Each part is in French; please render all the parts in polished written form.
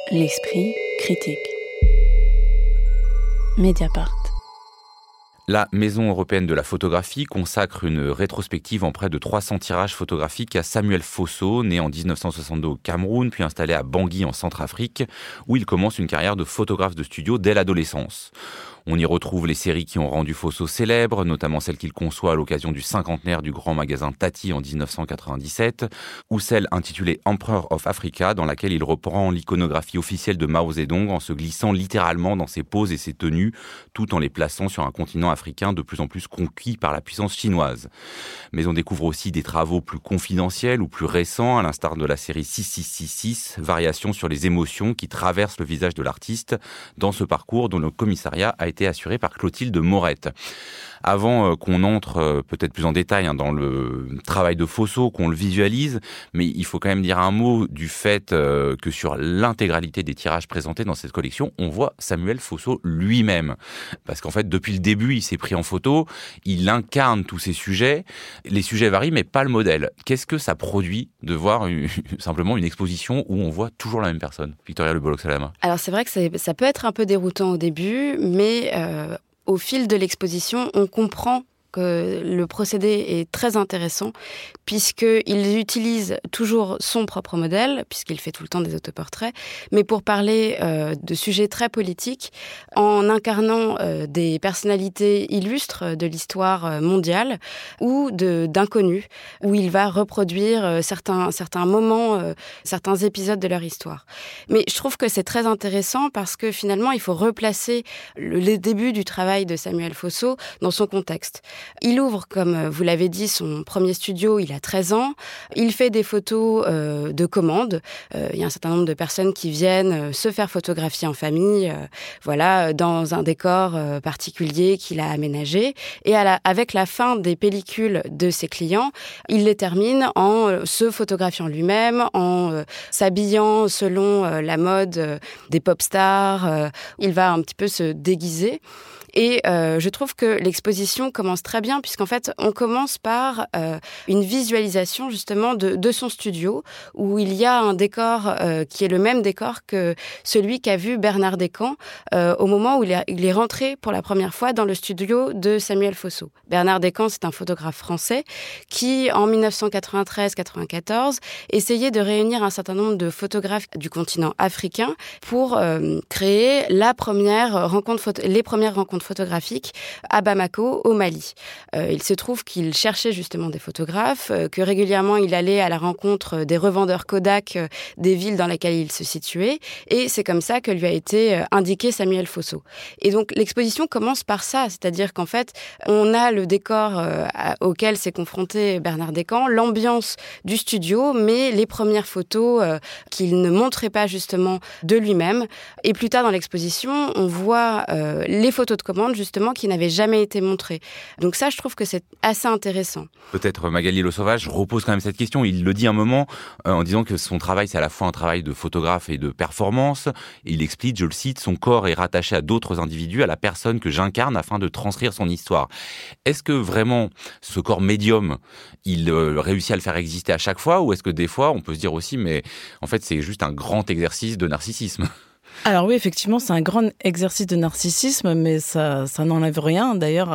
L'esprit critique. Mediapart. La Maison européenne de la photographie consacre une rétrospective en près de 300 tirages photographiques à Samuel Fosso, né en 1962 au Cameroun, puis installé à Bangui en Centrafrique, où il commence une carrière de photographe de studio dès l'adolescence. On y retrouve les séries qui ont rendu Fosso célèbre, notamment celle qu'il conçoit à l'occasion du cinquantenaire du grand magasin Tati en 1997, ou celle intitulée Emperor of Africa, dans laquelle il reprend l'iconographie officielle de Mao Zedong en se glissant littéralement dans ses poses et ses tenues, tout en les plaçant sur un continent africain de plus en plus conquis par la puissance chinoise. Mais on découvre aussi des travaux plus confidentiels ou plus récents, à l'instar de la série 6666, variation sur les émotions qui traversent le visage de l'artiste dans ce parcours dont le commissariat a été assuré par Clotilde Morette. Avant qu'on entre peut-être plus en détail dans le travail de Fosso, qu'on le visualise, mais il faut quand même dire un mot du fait que sur l'intégralité des tirages présentés dans cette collection, on voit Samuel Fosso lui-même. Parce qu'en fait, depuis le début, il s'est pris en photo, il incarne tous ces sujets. Les sujets varient, mais pas le modèle. Qu'est-ce que ça produit de voir simplement une exposition où on voit toujours la même personne? Victoria Le Bolloc-Salama. Alors c'est vrai que ça peut être un peu déroutant au début, mais au fil de l'exposition, on comprend que le procédé est très intéressant puisqu'il utilise toujours son propre modèle, puisqu'il fait tout le temps des autoportraits, mais pour parler de sujets très politiques, en incarnant des personnalités illustres de l'histoire mondiale ou d'inconnus, où il va reproduire certains moments, certains épisodes de leur histoire. Mais je trouve que c'est très intéressant parce que finalement, il faut replacer les débuts du travail de Samuel Fosso dans son contexte. Il ouvre, comme vous l'avez dit, son premier studio, il a 13 ans. Il fait des photos de commande. Il y a un certain nombre de personnes qui viennent se faire photographier en famille, dans un décor particulier qu'il a aménagé. Et avec la fin des pellicules de ses clients, il les termine en se photographiant lui-même, en s'habillant selon la mode des pop stars. Il va un petit peu se déguiser. Et je trouve que l'exposition commence très bien puisqu'en fait, on commence par une visualisation justement de son studio où il y a un décor qui est le même décor que celui qu'a vu Bernard Descamps au moment où il est rentré pour la première fois dans le studio de Samuel Fosso. Bernard Descamps, c'est un photographe français qui, en 1993-94, essayait de réunir un certain nombre de photographes du continent africain pour créer les premières rencontres photographiques à Bamako, au Mali. Il se trouve qu'il cherchait justement des photographes, que régulièrement il allait à la rencontre des revendeurs Kodak des villes dans lesquelles il se situait, et c'est comme ça que lui a été indiqué Samuel Fosso. Et donc l'exposition commence par ça, c'est-à-dire qu'en fait, on a le décor auquel s'est confronté Bernard Descamps, l'ambiance du studio, mais les premières photos qu'il ne montrait pas justement de lui-même. Et plus tard dans l'exposition, on voit les photos de commande justement qui n'avaient jamais été montrées. Donc ça, je trouve que c'est assez intéressant. Peut-être Magali Le Sauvage repose quand même cette question. Il le dit un moment en disant que son travail, c'est à la fois un travail de photographe et de performance. Et il explique, je le cite, son corps est rattaché à d'autres individus, à la personne que j'incarne afin de transcrire son histoire. Est-ce que vraiment ce corps médium, il réussit à le faire exister à chaque fois, ou est-ce que des fois on peut se dire aussi, mais en fait c'est juste un grand exercice de narcissisme? Alors oui, effectivement, c'est un grand exercice de narcissisme, mais ça n'enlève rien d'ailleurs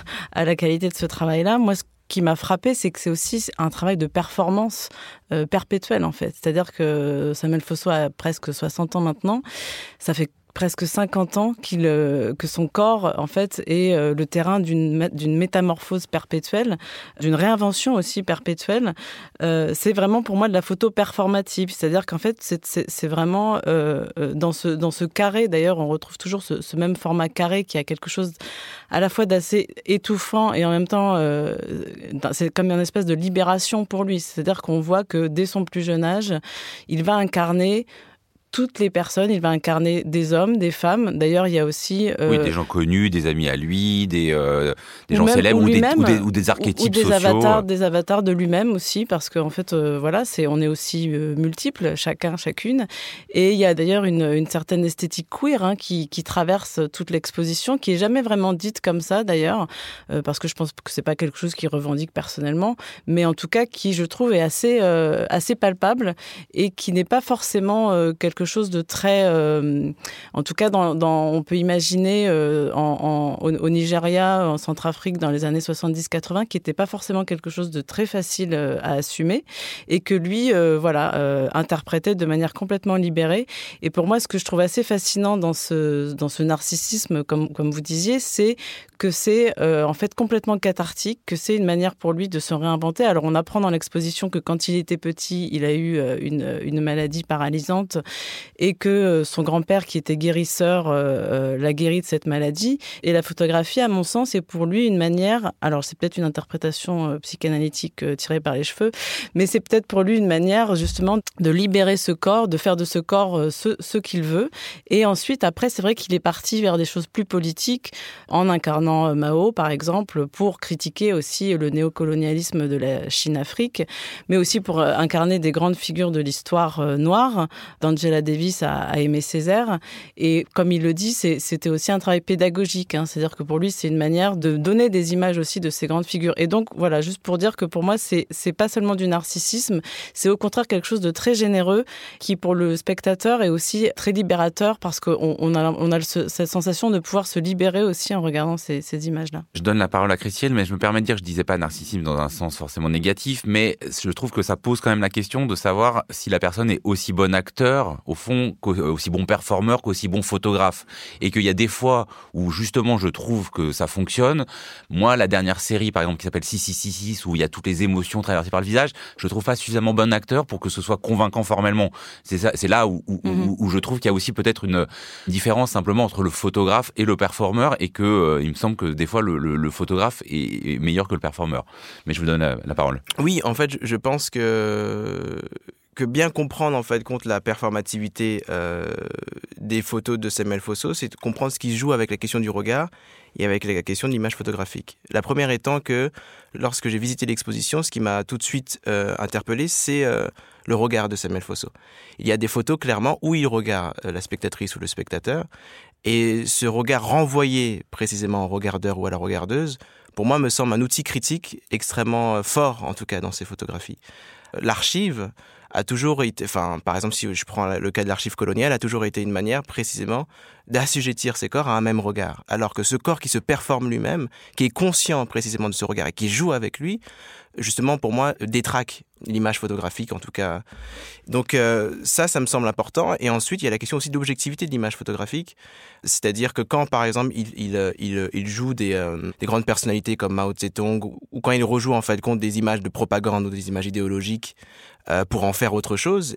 à la qualité de ce travail-là. Moi, ce qui m'a frappé, c'est que c'est aussi un travail de performance perpétuelle, en fait. C'est-à-dire que Samuel Fosso a presque 60 ans maintenant. Ça fait presque 50 ans que son corps, en fait, est le terrain d'une métamorphose perpétuelle, d'une réinvention aussi perpétuelle. C'est vraiment pour moi de la photo performative, c'est-à-dire qu'en fait, c'est vraiment dans ce carré. D'ailleurs, on retrouve toujours ce même format carré qui a quelque chose à la fois d'assez étouffant et en même temps, c'est comme une espèce de libération pour lui. C'est-à-dire qu'on voit que dès son plus jeune âge, il va incarner toutes les personnes, il va incarner des hommes, des femmes. D'ailleurs, il y a aussi... oui, des gens connus, des amis à lui, des gens célèbres ou des archétypes sociaux. Des avatars de lui-même aussi, parce qu'en fait, on est aussi multiples, chacune. Et il y a d'ailleurs une certaine esthétique queer qui traverse toute l'exposition, qui est jamais vraiment dite comme ça d'ailleurs, parce que je pense que c'est pas quelque chose qu'il revendique personnellement, mais en tout cas qui, je trouve, est assez palpable et qui n'est pas forcément quelque quelque chose de très... en tout cas, on peut imaginer au Nigeria, en Centrafrique, dans les années 70-80, qui n'était pas forcément quelque chose de très facile à assumer, et que lui, interprétait de manière complètement libérée. Et pour moi, ce que je trouve assez fascinant dans ce narcissisme, comme vous disiez, c'est que c'est en fait complètement cathartique, que c'est une manière pour lui de se réinventer. Alors on apprend dans l'exposition que quand il était petit, il a eu une maladie paralysante et que son grand-père, qui était guérisseur, l'a guéri de cette maladie. Et la photographie, à mon sens, est pour lui une manière, alors c'est peut-être une interprétation psychanalytique tirée par les cheveux, mais c'est peut-être pour lui une manière justement de libérer ce corps, de faire de ce corps ce qu'il veut. Et ensuite, après, c'est vrai qu'il est parti vers des choses plus politiques en incarnant Mao, par exemple, pour critiquer aussi le néocolonialisme de la Chine-Afrique, mais aussi pour incarner des grandes figures de l'histoire noire, d'Angela Davis à Aimé Césaire. Et comme il le dit, c'était aussi un travail pédagogique, hein. C'est-à-dire que pour lui, c'est une manière de donner des images aussi de ces grandes figures. Et donc, voilà, juste pour dire que pour moi, c'est pas seulement du narcissisme, c'est au contraire quelque chose de très généreux qui, pour le spectateur, est aussi très libérateur parce qu'on a cette sensation de pouvoir se libérer aussi en regardant ces images-là. Je donne la parole à Christiane, mais je me permets de dire, je disais pas narcissisme dans un sens forcément négatif, mais je trouve que ça pose quand même la question de savoir si la personne est aussi bon acteur, au fond, aussi bon performeur qu'aussi bon photographe. Et qu'il y a des fois où justement je trouve que ça fonctionne. Moi, la dernière série, par exemple, qui s'appelle 6666, où il y a toutes les émotions traversées par le visage, je trouve pas suffisamment bon acteur pour que ce soit convaincant formellement. C'est là où je trouve qu'il y a aussi peut-être une différence simplement entre le photographe et le performeur, et que il me semble que des fois le photographe est meilleur que le performeur. Mais je vous donne la parole. Oui, en fait, je pense que bien comprendre en fait compte la performativité des photos de Samuel Fosso, c'est de comprendre ce qui se joue avec la question du regard et avec la question de l'image photographique. La première étant que lorsque j'ai visité l'exposition, ce qui m'a tout de suite interpellé, c'est le regard de Samuel Fosso. Il y a des photos clairement où il regarde la spectatrice ou le spectateur, et ce regard renvoyé précisément au regardeur ou à la regardeuse, pour moi, me semble un outil critique extrêmement fort, en tout cas dans ces photographies. L'archive a toujours été, par exemple, si je prends le cas de l'archive coloniale, a toujours été une manière précisément d'assujettir ces corps à un même regard. Alors que ce corps qui se performe lui-même, qui est conscient précisément de ce regard et qui joue avec lui, justement pour moi détraque l'image photographique en tout cas. Donc ça me semble important. Et ensuite il y a la question aussi d'objectivité de l'image photographique, c'est-à-dire que quand par exemple il joue des grandes personnalités comme Mao Tse-tung, ou quand il rejoue en fait compte des images de propagande ou des images idéologiques pour en faire autre chose,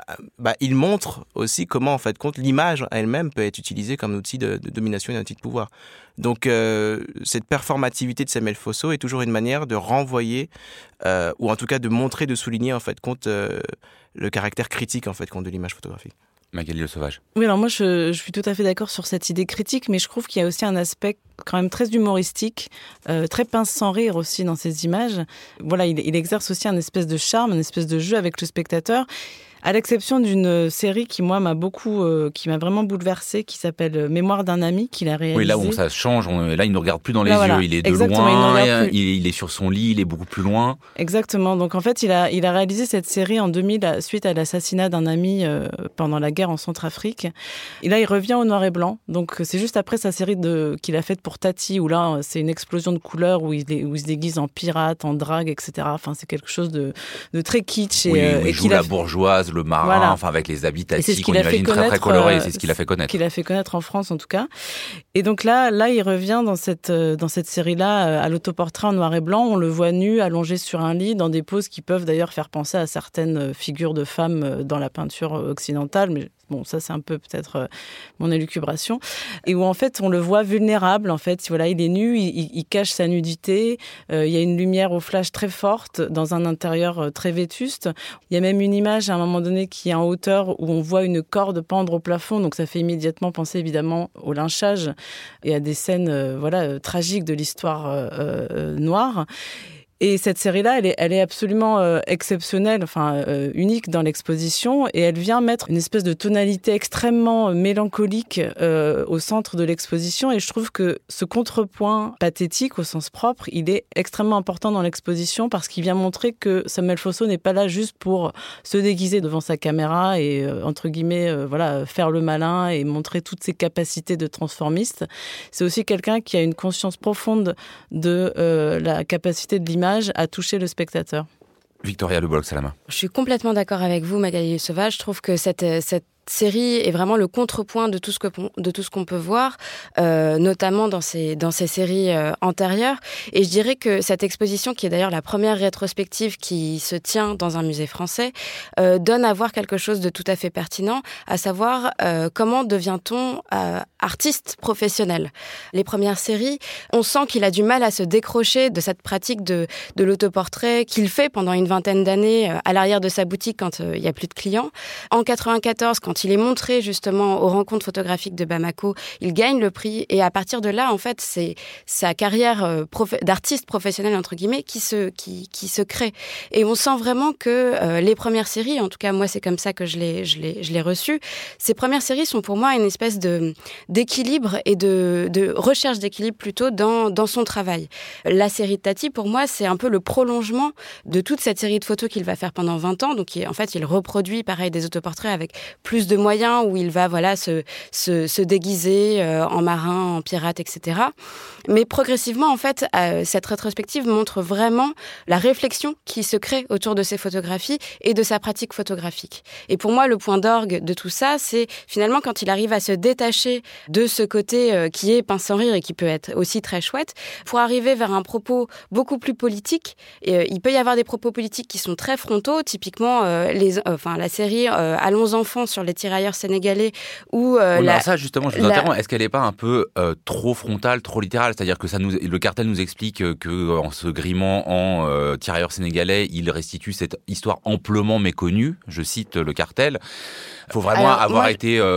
il montre aussi comment en fait compte l'image elle-même peut être utilisée comme outil de domination et un outil de pouvoir. Donc cette performativité de Samuel Fosso est toujours une manière de renvoyer ou en tout cas de montrer, de souligner en fait compte le caractère critique en fait compte de l'image photographique. Magali Le Sauvage. Oui, alors moi je suis tout à fait d'accord sur cette idée critique, mais je trouve qu'il y a aussi un aspect quand même très humoristique, très pince sans rire aussi dans ces images. Voilà, il exerce aussi un espèce de charme, un espèce de jeu avec le spectateur. À l'exception d'une série qui, moi, qui m'a vraiment bouleversée, qui s'appelle Mémoire d'un ami, qu'il a réalisé. Oui, là où ça change, là, il ne regarde plus dans les yeux, voilà. Il est de Exactement, loin, il est sur son lit, il est beaucoup plus loin. Exactement. Donc, en fait, il a réalisé cette série en 2000, suite à l'assassinat d'un ami pendant la guerre en Centrafrique. Et là, il revient au noir et blanc. Donc, c'est juste après sa série qu'il a faite pour Tati, où là, c'est une explosion de couleurs, où il se déguise en pirate, en drague, etc. Enfin, c'est quelque chose de très kitsch. Il joue la bourgeoise, le marin, voilà. Enfin avec les habits Tati qu'on imagine très très colorés, c'est ce qu'il a fait connaître. Qu'il a fait connaître en France en tout cas. Et donc là il revient dans cette série-là à l'autoportrait en noir et blanc. On le voit nu, allongé sur un lit, dans des poses qui peuvent d'ailleurs faire penser à certaines figures de femmes dans la peinture occidentale, mais bon, ça c'est un peu peut-être mon élucubration. Et où en fait on le voit vulnérable. En fait, voilà, il est nu, il cache sa nudité. Il y a une lumière au flash très forte dans un intérieur très vétuste. Il y a même une image à un moment donné qui est en hauteur où on voit une corde pendre au plafond. Donc ça fait immédiatement penser évidemment au lynchage et à des scènes tragiques de l'histoire noire. Et cette série-là, elle est absolument exceptionnelle, unique dans l'exposition, et elle vient mettre une espèce de tonalité extrêmement mélancolique au centre de l'exposition. Et je trouve que ce contrepoint pathétique, au sens propre, il est extrêmement important dans l'exposition parce qu'il vient montrer que Samuel Fosso n'est pas là juste pour se déguiser devant sa caméra et, entre guillemets, faire le malin et montrer toutes ses capacités de transformiste. C'est aussi quelqu'un qui a une conscience profonde de la capacité de l'image à toucher le spectateur. Victoria Le Bolk-Salama. Je suis complètement d'accord avec vous, Magali Sauvage. Je trouve que cette série est vraiment le contrepoint de tout ce qu'on peut voir, notamment dans ces séries antérieures. Et je dirais que cette exposition, qui est d'ailleurs la première rétrospective qui se tient dans un musée français, donne à voir quelque chose de tout à fait pertinent, à savoir comment devient-on artiste professionnel. Les premières séries, on sent qu'il a du mal à se décrocher de cette pratique de l'autoportrait qu'il fait pendant une vingtaine d'années à l'arrière de sa boutique quand il n'y a plus de clients. En 94, quand il est montré justement aux rencontres photographiques de Bamako, il gagne le prix et à partir de là, en fait, c'est sa carrière d'artiste professionnel entre guillemets qui se crée. Et on sent vraiment que les premières séries, en tout cas moi c'est comme ça que je l'ai reçu. Ces premières séries sont pour moi une espèce d'équilibre et de recherche d'équilibre plutôt dans son travail. La série de Tati pour moi c'est un peu le prolongement de toute cette série de photos qu'il va faire pendant 20 ans. Donc en fait il reproduit pareil des autoportraits avec plus de moyens où il va se déguiser en marin, en pirate, etc. Mais progressivement, en fait, cette rétrospective montre vraiment la réflexion qui se crée autour de ses photographies et de sa pratique photographique. Et pour moi, le point d'orgue de tout ça, c'est finalement quand il arrive à se détacher de ce côté qui est pince sans rire et qui peut être aussi très chouette, pour arriver vers un propos beaucoup plus politique. Et, il peut y avoir des propos politiques qui sont très frontaux, typiquement la série Allons enfants sur les tirailleurs sénégalais ou ça justement je vous interromps, est-ce qu'elle n'est pas un peu trop frontale, trop littérale, c'est-à-dire que le cartel nous explique que en se grimant en tirailleurs sénégalais, il restitue cette histoire amplement méconnue, je cite le cartel. Il faut vraiment avoir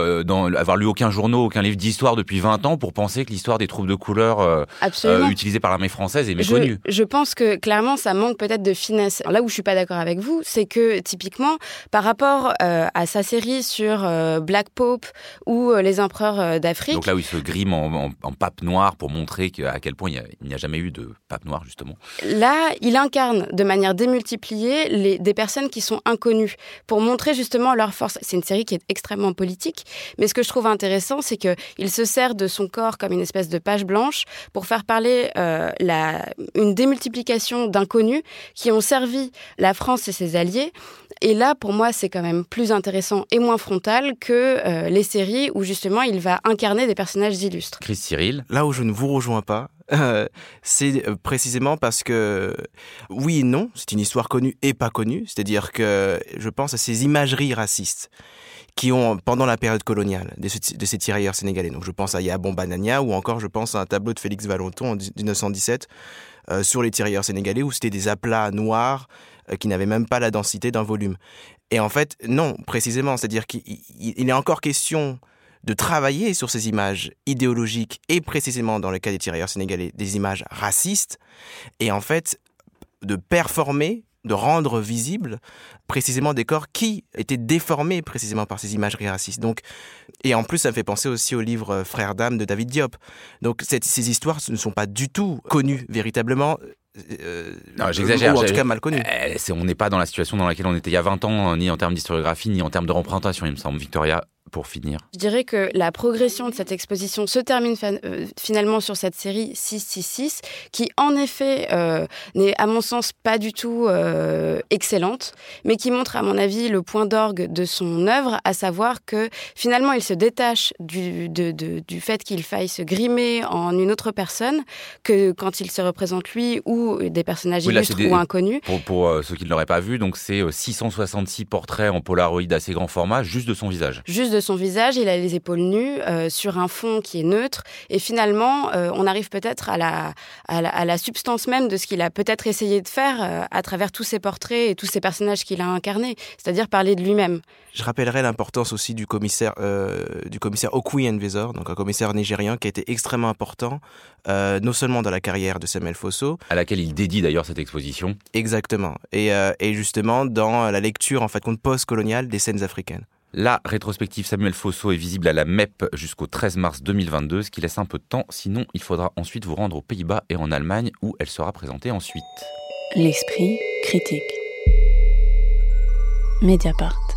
lu aucun journal, aucun livre d'histoire depuis 20 ans pour penser que l'histoire des troupes de couleur utilisées par l'armée française est méconnue. Je pense que clairement ça manque peut-être de finesse. Là où je suis pas d'accord avec vous, c'est que typiquement par rapport à sa série sur Black Pope ou les empereurs d'Afrique. Donc là où il se grime en pape noir pour montrer à quel point il n'y a jamais eu de pape noir justement. Là, il incarne de manière démultipliée des personnes qui sont inconnues pour montrer justement leur force. C'est une série qui est extrêmement politique, mais ce que je trouve intéressant, c'est qu'il se sert de son corps comme une espèce de page blanche pour faire parler une démultiplication d'inconnus qui ont servi la France et ses alliés. Et là, pour moi, c'est quand même plus intéressant et moins frontal que les séries où justement il va incarner des personnages illustres. Chris Cyril. Là où je ne vous rejoins pas, c'est précisément parce que, oui et non, c'est une histoire connue et pas connue. C'est-à-dire que je pense à ces imageries racistes qui ont, pendant la période coloniale, de ces tirailleurs sénégalais. Donc je pense à Yabon Banania ou encore je pense à un tableau de Félix Valenton en 1917 sur les tirailleurs sénégalais où c'était des aplats noirs qui n'avaient même pas la densité d'un volume. Et en fait, non, précisément, c'est-à-dire qu'il est encore question de travailler sur ces images idéologiques et précisément dans le cas des tirailleurs sénégalais, des images racistes et en fait de performer, de rendre visibles précisément des corps qui étaient déformés précisément par ces imageries racistes. Donc, et en plus, ça me fait penser aussi au livre Frères d'âme de David Diop. Donc ces histoires ne sont pas du tout connues véritablement. Non, j'exagère. Ou en tout cas mal connues. On n'est pas dans la situation dans laquelle on était il y a 20 ans, ni en termes d'historiographie, ni en termes de représentation, il me semble. Victoria, pour finir. Je dirais que la progression de cette exposition se termine finalement sur cette série 666, qui en effet n'est à mon sens pas du tout excellente, mais qui montre à mon avis le point d'orgue de son œuvre, à savoir que finalement il se détache du fait qu'il faille se grimer en une autre personne que quand il se représente lui ou des personnages illustres ou inconnus. Pour ceux qui ne l'auraient pas vu, donc c'est 666 portraits en Polaroid assez grand format, juste de son visage. Juste de son visage, il a les épaules nues sur un fond qui est neutre et finalement on arrive peut-être à la substance même de ce qu'il a peut-être essayé de faire à travers tous ses portraits et tous ces personnages qu'il a incarnés, c'est-à-dire parler de lui-même. Je rappellerai l'importance aussi du commissaire Okui Enwezor, donc un commissaire nigérian qui a été extrêmement important, non seulement dans la carrière de Samuel Fosso, à laquelle il dédie d'ailleurs cette exposition. Exactement, et justement dans la lecture en fait post-coloniale des scènes africaines. La rétrospective Samuel Fosso est visible à la MEP jusqu'au 13 mars 2022, ce qui laisse un peu de temps, sinon il faudra ensuite vous rendre aux Pays-Bas et en Allemagne où elle sera présentée ensuite. L'esprit critique. Mediapart.